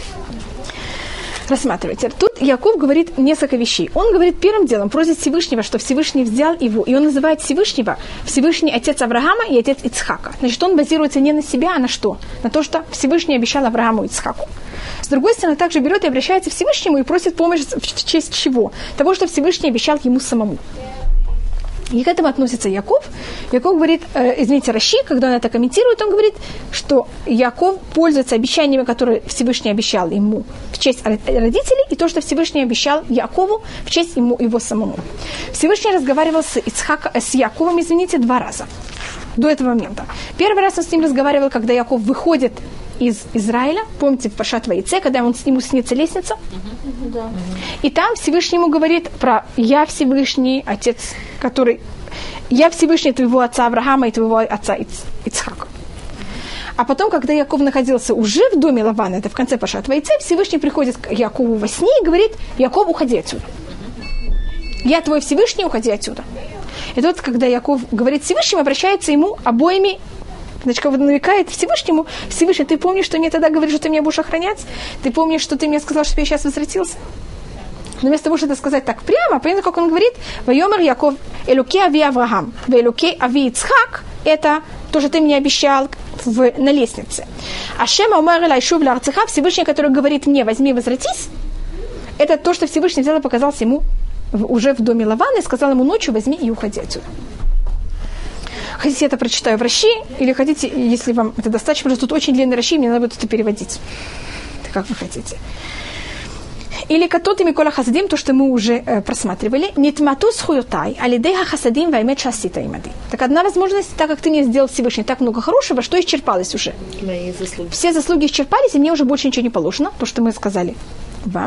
рассматривайте. Тут Яков говорит несколько вещей. Он говорит первым делом, просит Всевышнего, что Всевышний взял его, и он называет Всевышнего Всевышний отец Авраама и отец Ицхака. Значит, он базируется не на себя, а на что? На то, что Всевышний обещал Аврааму и Ицхаку. С другой стороны, также берет и обращается к Всевышнему и просит помощь в честь чего? Того, что Всевышний обещал ему самому. И к этому относится Яков. Яков говорит, э, извините, Раши, когда он это комментирует, он говорит, что Яков пользуется обещаниями, которые Всевышний обещал ему в честь родителей, и то, что Всевышний обещал Якову в честь ему, его самому. Всевышний разговаривал с, Ицхак, с Яковом, извините, два раза до этого момента. Первый раз он с ним разговаривал, когда Яков выходит из Израиля, помните, в Паршат Ваице, когда он, ему снится лестница? Uh-huh. Да. И там Всевышний ему говорит про «Я Всевышний, отец, который... Я Всевышний твоего отца Авраама и твоего отца Иц... Ицхака». А потом, когда Яков находился уже в доме Лавана, это в конце Паршат Ваице, Всевышний приходит к Якову во сне и говорит: «Яков, уходи отсюда. Я твой Всевышний, уходи отсюда». И тут, когда Яков говорит Всевышнему, обращается ему обоими. Значит, когда намекает Всевышнему: Всевышний, ты помнишь, что мне тогда говоришь, что ты меня будешь охранять? Ты помнишь, что ты мне сказал, что я сейчас возвратился? Но вместо того, чтобы это сказать так прямо, понятно, как он говорит: «Вайомер Яков элуке ави Авраам, вэлуке ави Ицхак», это то, что ты мне обещал в, на лестнице. Ашем омар элай шув лаарцеха, Всевышний, который говорит мне: возьми, возвратись, это то, что Всевышний взял и показался ему в, уже в доме Лавана, и сказал ему ночью: возьми и уходи отсюда. Хотите, я это прочитаю в Раши, или хотите, если вам это достаточно, потому что тут очень длинный Раши, мне надо будет это переводить. Это как вы хотите. Или катот и микола хасадим, то, что мы уже э, просматривали. Нитмату схуютай, алидеха хасадим ваймет шасита имады. Так одна возможность, так как ты мне сделал Всевышний так много хорошего, что исчерпалось уже. Мои заслуги. Все заслуги исчерпались, и мне уже больше ничего не положено, то, что мы сказали вам.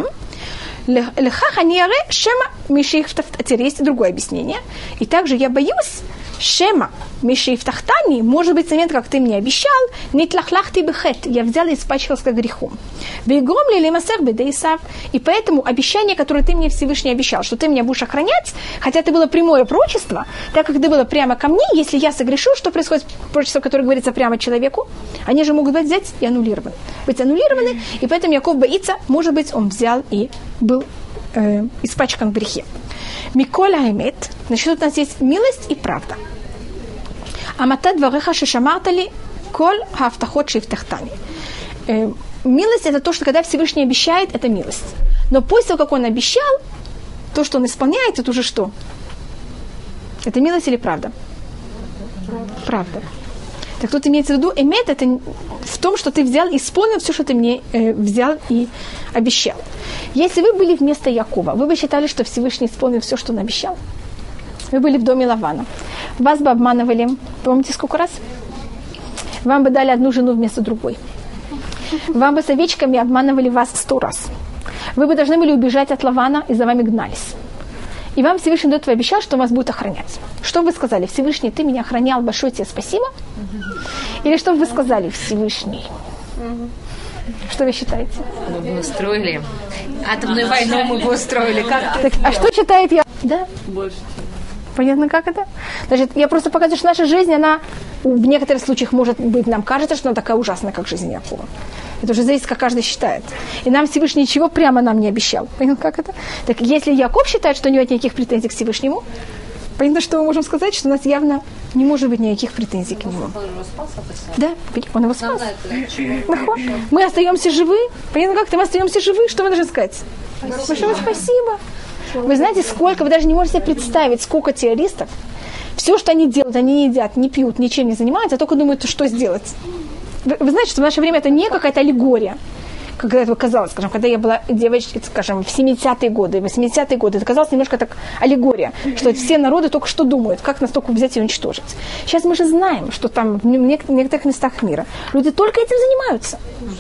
Леха ханиаре шема миших. Теперь есть другое объяснение. И также я боюсь, Шема, Миши Ифтахтани, может быть, момент, как ты мне обещал, Нитлахлахти бехет, я взяла и испачкался грехом. Вегром ли лимасер беде Исав, и поэтому обещание, которое ты мне Всевышний обещал, что ты меня будешь охранять, хотя это было прямое пророчество, так как это было прямо ко мне, если я согрешу, что происходит с пророчеством, которое говорится прямо человеку, они же могут быть взять и аннулированы. Быть аннулированы, и поэтому Яков боится, может быть, он взял и был э, испачкан в грехе. Микола Эмет, значит, тут у нас есть милость и правда. Амата двореха шешамартали коль хафтахот шифтахтани. Милость – это то, что когда Всевышний обещает, это милость. Но после того, как он обещал, то, что он исполняет, это уже что? Это милость или правда? Правда. Так тут имеется в виду, эмет – это в том, что ты взял и исполнил все, что ты мне э, взял и обещал. Если вы были вместо Якова, вы бы считали, что Всевышний исполнил все, что он обещал? Вы были в доме Лавана. Вас бы обманывали, помните, сколько раз? Вам бы дали одну жену вместо другой. Вам бы с овечками обманывали вас сто раз. Вы бы должны были убежать от Лавана, и за вами гнались. И вам Всевышний до этого обещал, что он вас будет охранять. Что бы вы сказали? Всевышний, ты меня охранял, большое тебе спасибо? Или что бы вы сказали? Всевышний. Что вы считаете? Мы бы устроили. Атомную войну мы бы устроили. Как так, а что читает я? Да? Больше. Понятно, как это? Значит, я просто показываю, что наша жизнь, она в некоторых случаях, может быть, нам кажется, что она такая ужасная, как жизнь Якова. Это уже зависит, как каждый считает. И нам Всевышний ничего прямо нам не обещал. Понятно, как это? Так если Яков считает, что у него нет никаких претензий к Всевышнему, понятно, что мы можем сказать, что у нас явно не может быть никаких претензий к нему. Да, он его спас. Мы остаемся живы. Понятно, как-то мы остаемся живы. Что мы должны сказать? Большое спасибо. Вы знаете, сколько, вы даже не можете себе представить, сколько террористов, все, что они делают, они не едят, не пьют, ничем не занимаются, а только думают, что сделать. Вы, вы знаете, что в наше время это не какая-то аллегория. Когда это казалось, скажем, когда я была девочкой, скажем, в семидесятые годы, восьмидесятые годы, это казалось немножко так аллегория, что все народы только что думают, как нас только взять и уничтожить. Сейчас мы же знаем, что там в некоторых местах мира люди только этим занимаются.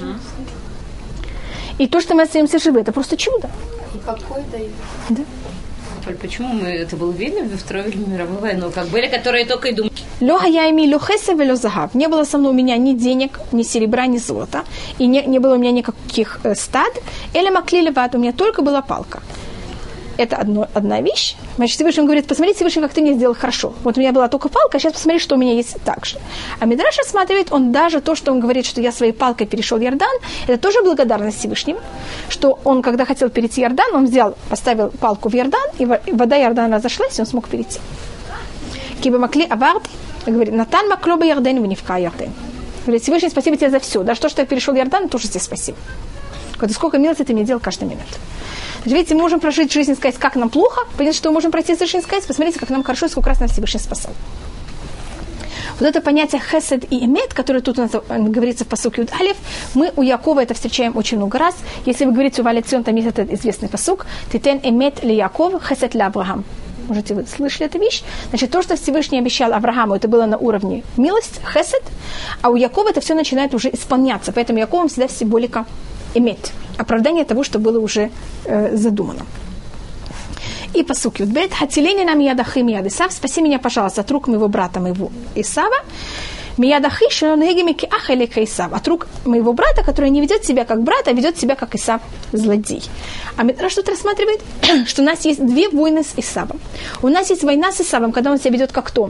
И то, что мы остаемся живы, это просто чудо. И какой дает? Да. Почему мы это было видно во Второй мировой войне? Как были, которые только и думали. Лёха я имею лёхеса велё загав. Не было со мной у меня ни денег, ни серебра, ни золота. И не, не было у меня никаких э, стад. Или макли леват, у меня только была палка. Это одно, одна вещь. Значит, Всевышний говорит, посмотри, Всевышний, как ты мне сделал хорошо. Вот у меня была только палка, а сейчас посмотри, что у меня есть так же. А Мидраш рассматривает, он даже то, что он говорит, что я своей палкой перешел Иордан, это тоже благодарность Всевышнему, что он, когда хотел перейти Иордан, он взял, поставил палку в Иордан, и вода Иордана разошлась, и он смог перейти. Киба макли авард, говорит, натан маклоба Иордан, веневка Иордан. Говорит, Всевышний, спасибо тебе за все. Даже то, что я перешел Иордан, тоже тебе спасибо. Вот сколько милости ты мне делал каждую минуту. Видите, мы можем прожить жизнь и сказать, как нам плохо, понять, что мы можем пройти жизнь и сказать, посмотрите, как нам хорошо и сколько раз нас Всевышний спасал. Вот это понятие хесед и эмет, которое тут у нас говорится в пасуке Юд Алеф, мы у Якова это встречаем очень много раз. Если вы говорите у Валецион, там есть этот известный пасук, «Титен эмет ли Яков, хесед ли Авраам». Можете вы слышали эту вещь? Значит, то, что Всевышний обещал Аврааму, это было на уровне милость, хесед, а у Якова это все начинает уже исполняться. Поэтому Яковом всегда в символика эмет, оправдание того, что было уже э, задумано. И пасук Юдбет, «Хатилени нам миядахи мияд Исав», спаси меня, пожалуйста, от рук моего брата, моего Исава, миядахи шенонегими киах или Исав, от рук моего брата, который не ведет себя как брат, а ведет себя как Исав, злодей. А Мидраш тут рассматривает, что у нас есть две войны с Исавом. У нас есть война с Исавом, когда он себя ведет как кто?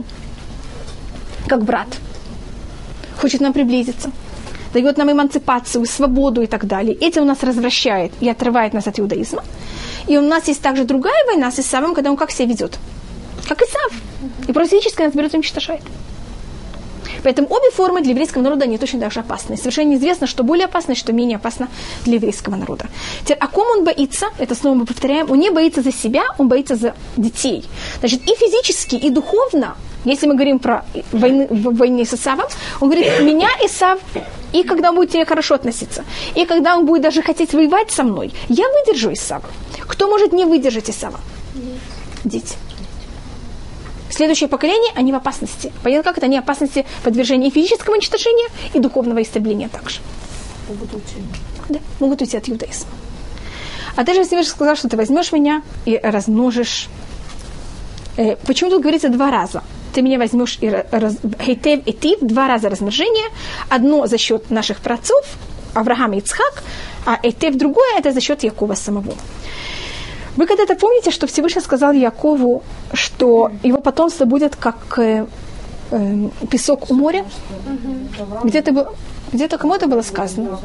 Как брат. Хочет нам приблизиться. Дает нам эмансипацию, свободу и так далее. Этим у нас развращает и отрывает нас от иудаизма. И у нас есть также другая война с Исавом, когда он как себя ведет? Как Исав. И просто физически нас берет и уничтожает. Поэтому обе формы для еврейского народа, они точно так же опасны. Совершенно неизвестно, что более опасно, что менее опасно для еврейского народа. Теперь, о ком он боится? Это снова мы повторяем. Он не боится за себя, он боится за детей. Значит, и физически, и духовно, если мы говорим про войны, войне с Исавом, он говорит, меня Исав, и когда он будет тебе хорошо относиться, и когда он будет даже хотеть воевать со мной, я выдержу Исава. Кто может не выдержать Исава? Дети. Следующее поколение, они в опасности. Понятно, как это? Они в опасности подвержения и физического уничтожения, и духовного истребления также. Могут уйти. Да, могут уйти от иудаизма. А ты же Всевышний сказал, что ты возьмешь меня и размножишь. Э, почему тут говорится два раза? ты меня возьмешь и раз, хейтев и тив, два раза размножение, одно за счет наших праотцов, Авраам и Ицхак, а хейтев другое, это за счет Якова самого. Вы когда-то помните, что Всевышний сказал Якову, что его потомство будет как э, э, песок у моря? Где-то, был, где-то кому это было сказано?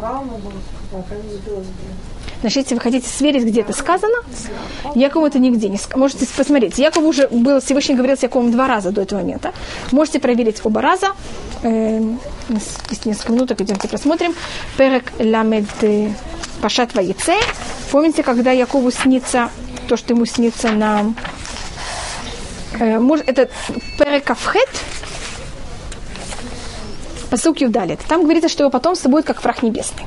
Значит, если вы хотите сверить, где это сказано, Якову это нигде не сказано. Можете посмотреть. Яков уже был, Всевышний говорил с Яковом два раза до этого момента. Можете проверить оба раза. Э, есть несколько минут, идемте посмотрим. Перек ламед пашат ваице. Помните, когда Якову снится то, что ему снится на... Э, может, это перек авхет, пасук Юдалит. Там говорится, что его потомство будет как прах небесный.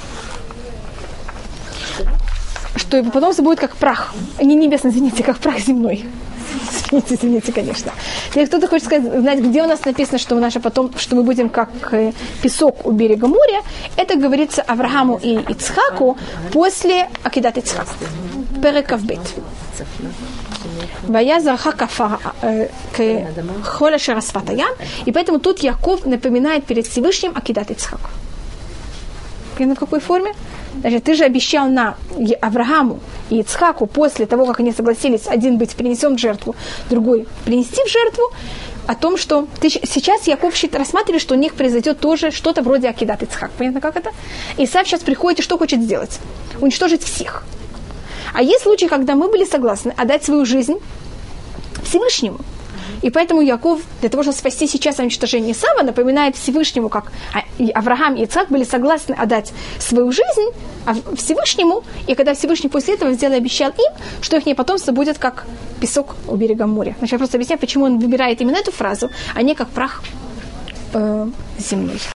Что его потомство будет как прах. Не небесный, извините, как прах земной. Извините, извините, конечно. Если кто-то хочет сказать, знать, где у нас написано, что, наше потом, что мы будем как э, песок у берега моря, это говорится Аврааму и Ицхаку после Акидат Ицхак. Перекавбет. Вая зарха кафара холя шерасфатаям. И поэтому тут Яков напоминает перед Всевышним Акидат Ицхак. В какой форме? Значит, ты же обещал на Аврааму и Ицхаку после того, как они согласились один быть принесен в жертву, другой принести в жертву, о том, что ты, сейчас Яков рассматривает, что у них произойдет тоже что-то вроде Акидат Ицхак. Понятно, как это? Исав сейчас приходит и что хочет сделать? Уничтожить всех. А есть случаи, когда мы были согласны отдать свою жизнь Всевышнему. И поэтому Яков, для того, чтобы спасти сейчас уничтожение Исава, напоминает Всевышнему, как Авраам и Ицхак были согласны отдать свою жизнь Всевышнему, и когда Всевышний после этого взял и обещал им, что их потомство будет как песок у берега моря. Значит, я просто объясняю, почему он выбирает именно эту фразу, а не как прах э, земной.